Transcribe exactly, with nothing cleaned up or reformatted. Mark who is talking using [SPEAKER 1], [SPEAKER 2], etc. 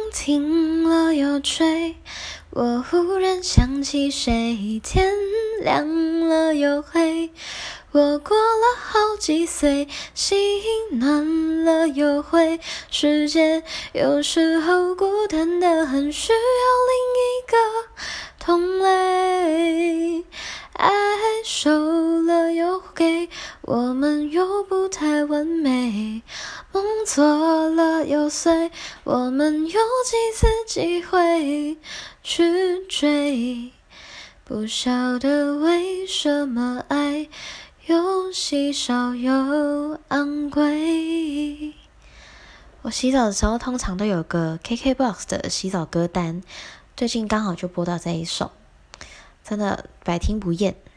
[SPEAKER 1] 停了又追，我忽然想起谁，天亮了又黑，我过了好几岁，心暖了又灰，世界有时候孤单得很，需要另一个同类。爱收了又给，我们又不太完美，梦做了又碎，我们有几次机会去追，不晓得为什么爱又稀少又昂贵。我洗澡的时候通常都有个 K K B O X 的洗澡歌单，最近刚好就播到这一首，真的百听不厌。